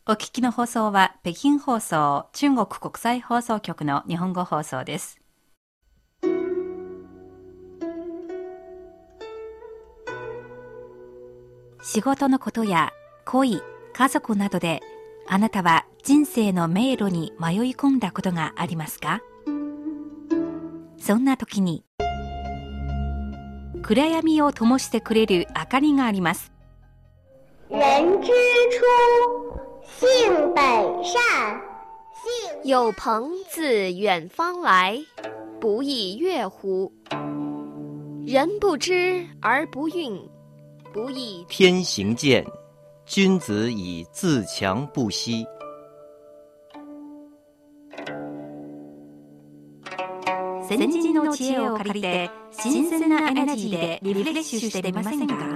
お聞きの放送は北京放送中国国際放送局の日本語放送です。仕事のことや恋、家族などであなたは人生の迷路に迷い込んだことがありますか？そんな時に暗闇を灯してくれる明かりがあります。 人之初，性本善。 有朋自远方来，不亦乐乎？人不知而不愠，不亦天行健，君子以自强不息。 先人の知恵を借りて新鮮なエナジーでリフレッシュしてみませんか？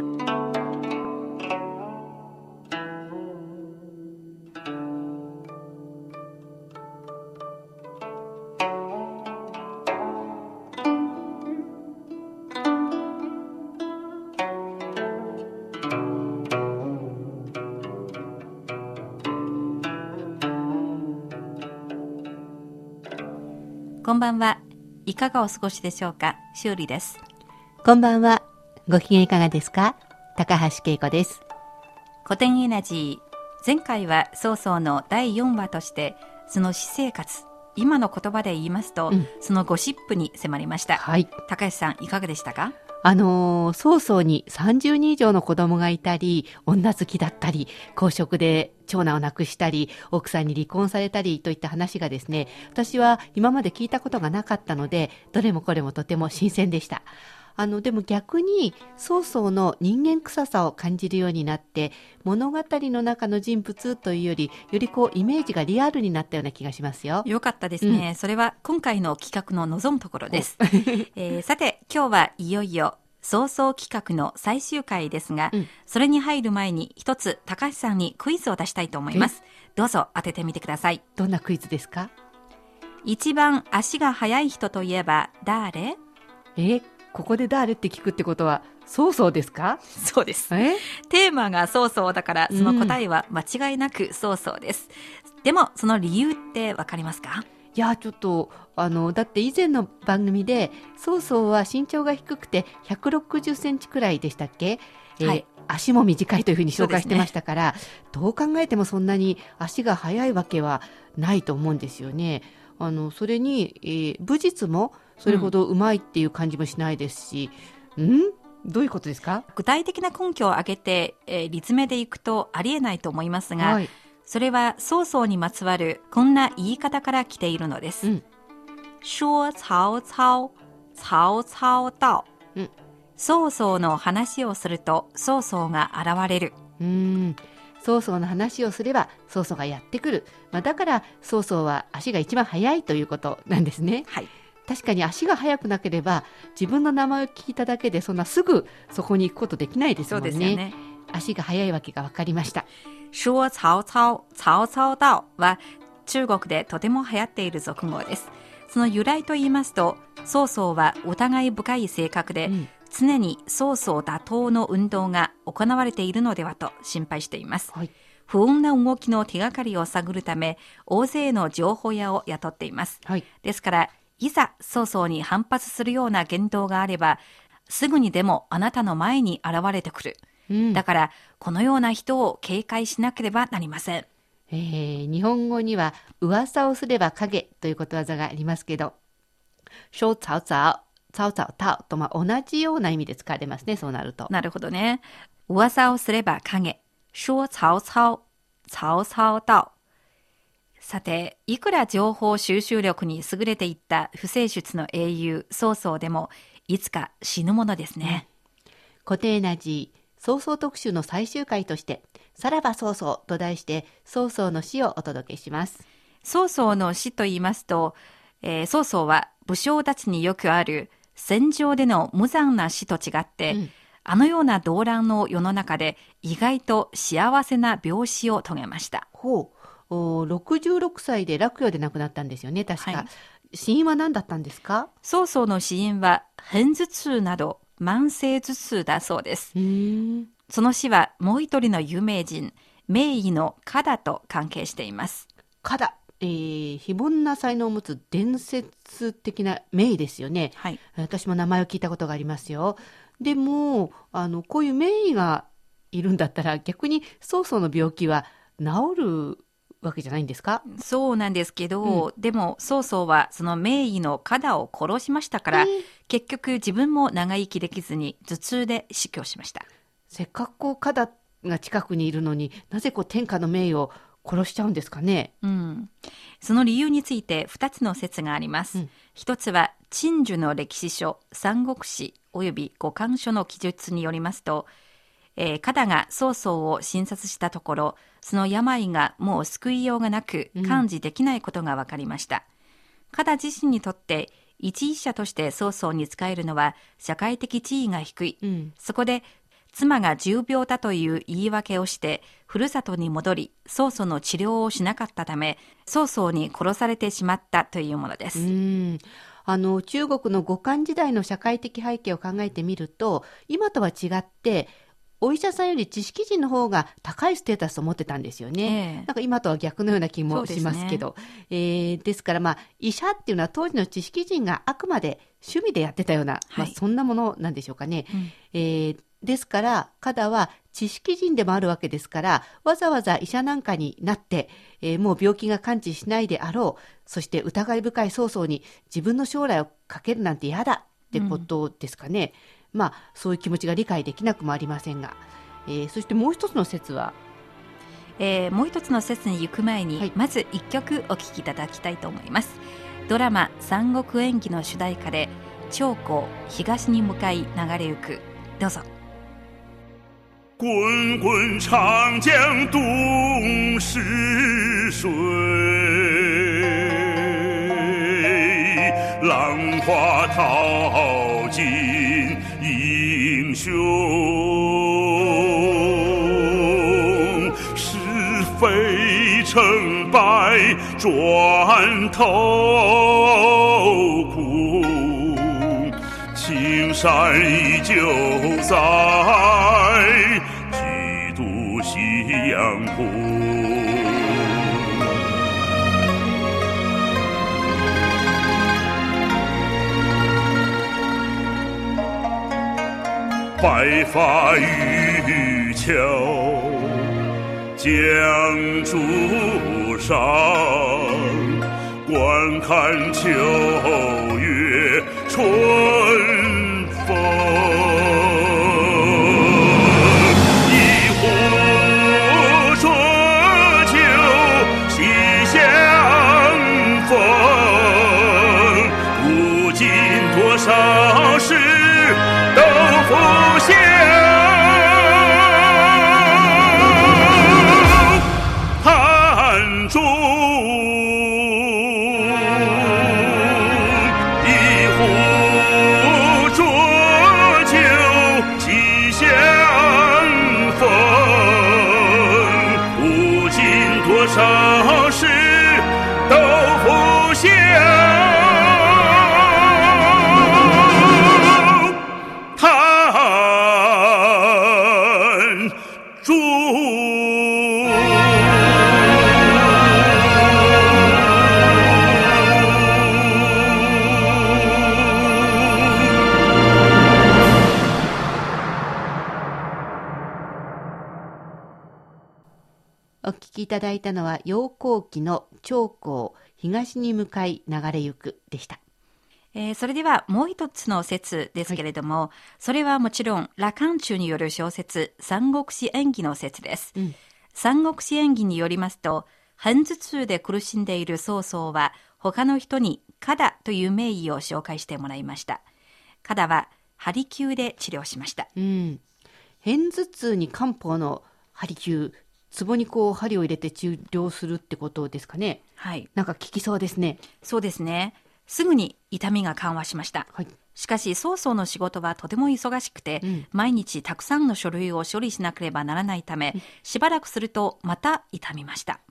こんばんは。いかがお過ごしでしょうか？修理です。 こんばんは。ご機嫌いかがですか？高橋恵子です。 古典エナジー。前回は曹操の第4話として、その私生活、今の言葉で言いますと、そのゴシップに迫りました。 はい。 高橋さん、いかがでしたか？ 曹操に30人以上の子供がいたり、女好きだったり、公職で長男を亡くしたり、奥さんに離婚されたりといった話がですね、私は今まで聞いたことがなかったので、どれもこれもとても新鮮でした。でも逆に曹操の人間臭さを感じるようになって、物語の中の人物というよりイメージがリアルになったような気がしますよ。 よかったですね。それは今回の企画の望むところです。さて、今日はいよいよ曹操企画の最終回ですが、それに入る前に一つ高橋さんにクイズを出したいと思います。どうぞ当ててみてください。 どんなクイズですか？ 一番足が速い人といえば誰？ ここで誰って聞くってことは曹操ですか？ そうです。テーマが曹操だから、その答えは間違いなく曹操です。でもその理由ってわかりますか？ いや、ちょっとだって以前の番組で曹操は身長が低くて160センチくらいでしたっけ？はい。足も短いというふうに紹介してましたから、どう考えてもそんなに足が速いわけはないと思うんですよね。それに、武術もそれほどうまいっていう感じもしないですし、どういうことですか？ 具体的な根拠を挙げて、立命でいくとありえないと思いますが、それは曹操にまつわるこんな言い方から来ているのです。说曹操、曹操到。曹操の話をすると曹操が現れる。 曹操の話をすれば曹操がやってくる。だから曹操は足が一番速いということなんですね。 はい。 確かに足が速くなければ自分の名前を聞いただけでそんなすぐそこに行くことできないですもんね。そうですよね。足が速いわけが分かりました。 说曹操、曹操到は中国でとても流行っている俗語です。その由来と言いますと、曹操は疑い深い性格で、常に曹操打倒の運動が行われているのではと心配しています。不穏な動きの手がかりを探るため、大勢の情報屋を雇っています。ですから、いざ曹操に反発するような言動があれば、すぐにでもあなたの前に現れてくる。だから、このような人を警戒しなければなりません。 日本語には噂をすれば影ということわざがありますけど、说曹操、曹操到と同じような意味で使われますね。そうなると。 なるほどね。噂をすれば影。说曹操、曹操到。さて、いくら情報収集力に優れていった不世出の英雄曹操でもいつか死ぬものですね。 固定エナジー曹操特集の最終回としてさらば曹操と題して曹操の死をお届けします。 曹操の死と言いますと、曹操は武将たちによくある戦場での無残な死と違って、あのような動乱の世の中で意外と幸せな病死を遂げました。 66歳で落葉で亡くなったんですよね、確か。死因は何だったんですか？ 曹操の死因は片頭痛など慢性頭痛だそうです。その死はもう一人の有名人名医のkadaと関係しています。 kada、非凡な才能を持つ伝説的な名医ですよね。 はい、 私も名前を聞いたことがありますよ。でもこういう名医がいるんだったら逆に曹操の病気は治るわけじゃないんですか？ そうなんですけど、でも曹操はその名医のkadaを殺しましたから、結局自分も長生きできずに頭痛で死去しました。 せっかくkadaが近くにいるのになぜ天下の名医を殺しちゃうんですかね？ その理由について2つの説があります。一つは陳寿の歴史書三国志および五漢書の記述によりますと、kadaが曹操を診察したところ、その病がもう救いようがなく完治できないことが分かりました。kada自身にとって一医者として曹操に仕えるのは社会的地位が低い、そこで妻が重病だという言い訳をしてふるさとに戻り、曹操の治療をしなかったため曹操に殺されてしまったというものです。 中国の後漢時代の社会的背景を考えてみると、今とは違ってお医者さんより知識人の方が高いステータスを持ってたんですよね。なんか今とは逆のような気もしますけど、ですから医者っていうのは当時の知識人があくまで趣味でやってたような、そんなものなんでしょうかね。ですからkadaは知識人でもあるわけですから、わざわざ医者なんかになって、もう病気が完治しないであろう、そして疑い深い曹操に自分の将来をかけるなんて嫌だってことですかね。そういう気持ちが理解できなくもありませんが、そしてもう一つの説は、 もう一つの説に行く前に、まず一曲お聴きいただきたいと思います。ドラマ三国演義の主題歌で長江東に向かい流れゆく、どうぞ。 滚滚长江东逝水，浪花淘尽英雄，是非成败转头苦，青山依旧在，几度夕阳红。白发渔樵江渚上，观看秋月春风。一壶浊酒喜相逢，古今多少事都浮现。汉中一壶浊酒喜相逢，古今多少事都浮现。 お聞きいただいたのは陽光期の長江東に向かい流れゆくでした。 それではもう一つの説ですけれども、それはもちろん羅漢中による小説三国志演義の説です。三国志演義によりますと、半頭痛で苦しんでいる曹操は他の人にkadaという名医を紹介してもらいました。kadaは針灸で治療しました。 片頭痛に漢方の針灸、ツボに針を入れて治療するってことですかね。 はい。 なんか効きそうですね。 そうですね。すぐに痛みが緩和しました。 はい。 しかし曹操の仕事はとても忙しくて、毎日たくさんの書類を処理しなければならないため、しばらくするとまた痛みました。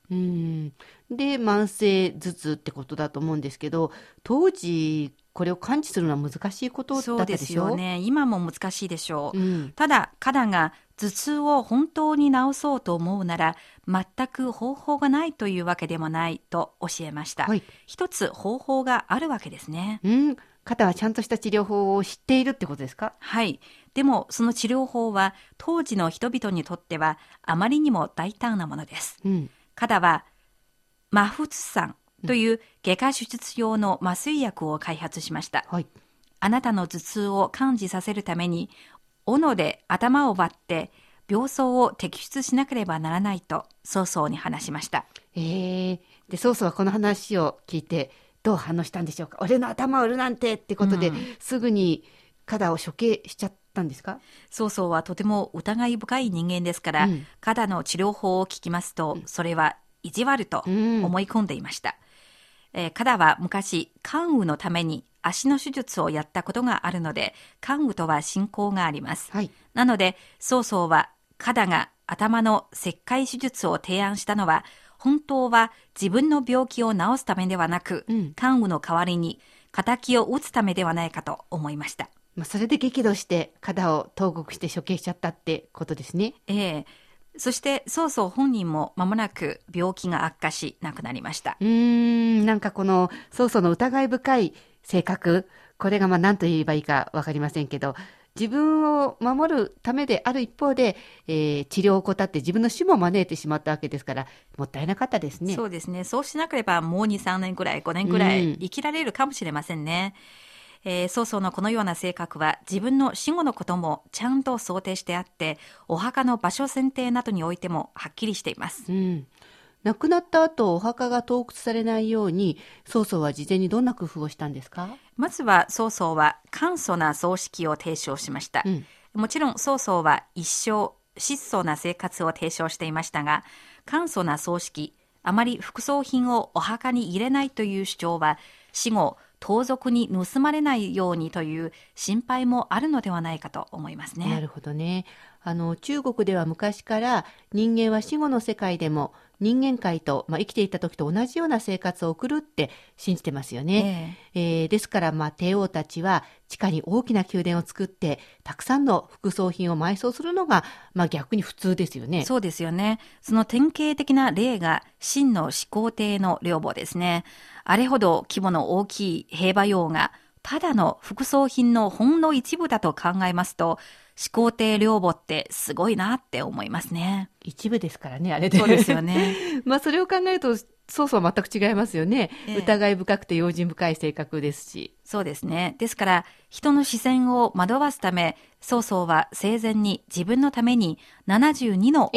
で、慢性頭痛ってことだと思うんですけど、当時これを感知するのは難しいことだったでしょう？ そうですよね。今も難しいでしょう。 うん、 ただ、花が頭痛を本当に治そうと思うなら、全く方法がないというわけでもないと教えました。 はい、 一つ方法があるわけですね。 肩はちゃんとした治療法を知っているってことですか？ はい。でも、その治療法は当時の人々にとってはあまりにも大胆なものです。肩はマフツ酸という外科手術用の麻酔薬を開発しました。 はい、 あなたの頭痛を感じさせるために、斧で頭を割って病巣を摘出しなければならないと曹操に話しました。 で、曹操はこの話を聞いてどう反応したんでしょうか？俺の頭を売るなんてってことで、すぐに肩を処刑しちゃったんですか？ 曹操はとても疑い深い人間ですから、肩の治療法を聞きますと、それは意地悪と思い込んでいました。肩は昔関羽のために足の手術をやったことがあるので、関羽とは親交があります。 はい、 なので曹操は肩が頭の切開手術を提案したのは、本当は自分の病気を治すためではなく、関羽の代わりに仇を討つためではないかと思いました。 それで激怒して肩を投獄して処刑しちゃったってことですね。 そして曹操本人も間もなく病気が悪化し亡くなりました。 なんかこの曹操の疑い深い性格、これが何と言えばいいか分かりませんけど、自分を守るためである一方で、治療を怠って自分の死も招いてしまったわけですから、もったいなかったですね。 そうですね。そうしなければもう2、3年くらい、5年くらい生きられるかもしれませんね。曹操のこのような性格は自分の死後のこともちゃんと想定してあって、お墓の場所選定などにおいてもはっきりしています。 亡くなった後お墓が盗掘されないように曹操は事前にどんな工夫をしたんですか？ まずは曹操は簡素な葬式を提唱しました。もちろん曹操は一生質素な生活を提唱していましたが、簡素な葬式、あまり副葬品をお墓に入れないという主張は、死後盗賊に盗まれないようにという心配もあるのではないかと思いますね。 なるほどね。中国では昔から人間は死後の世界でも人間界と、生きていた時と同じような生活を送るって信じてますよね。ですから、帝王たちは地下に大きな宮殿を作ってたくさんの副葬品を埋葬するのが、逆に普通ですよね。 そうですよね。その典型的な例が秦の始皇帝の陵墓ですね。あれほど規模の大きい兵馬俑がただの副葬品のほんの一部だと考えますと、始皇帝陵墓ってすごいなって思いますね。 一部ですからね、あれで。 そうですよね。 それを考えると曹操は全く違いますよね。疑い深くて用心深い性格ですし。 そうですね。ですから人の視線を惑わすため、曹操は生前に自分のために72の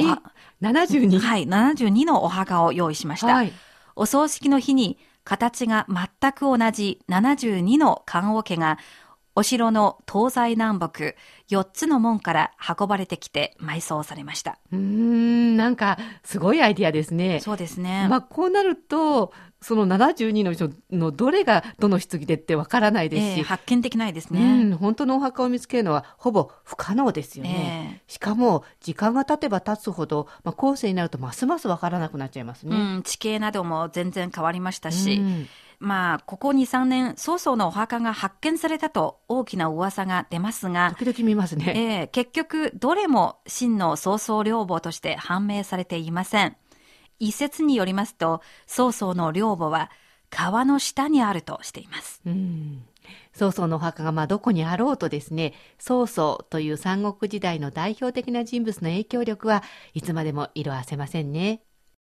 72? はい、72のお墓を用意しました。お葬式の日に形が全く同じ72の棺桶がお城の東西南北4つの門から運ばれてきて埋葬されました。 なんかすごいアイディアですね。 そうですね。 こうなるとその72のうちのどれがどの棺でってわからないですし、 発見できないですね。 本当のお墓を見つけるのはほぼ不可能ですよね。しかも時間が経てば経つほど、後世になるとますますわからなくなっちゃいますね。 地形なども全然変わりましたし、ここ 2,3 年曹操のお墓が発見されたと大きな噂が出ますが、 時々見ますね。 結局どれも秦の曹操陵墓として判明されていません。一説によりますと、曹操の陵墓は川の下にあるとしています。 曹操のお墓がどこにあろうとですね、曹操という三国時代の代表的な人物の影響力はいつまでも色あせませんね。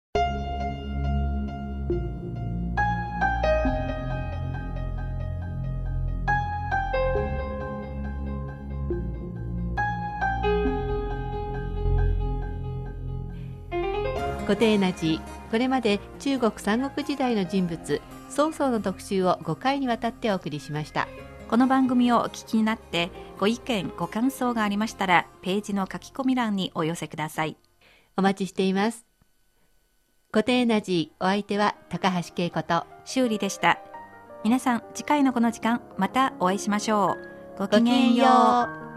固定な字、これまで中国三国時代の人物曹操の特集を5回にわたってお送りしました。 この番組をお聞きになってご意見ご感想がありましたら、ページの書き込み欄にお寄せください。 お待ちしています。固定な字、お相手は高橋恵子と修理でした。皆さん、次回のこの時間またお会いしましょう。ごきげんよう。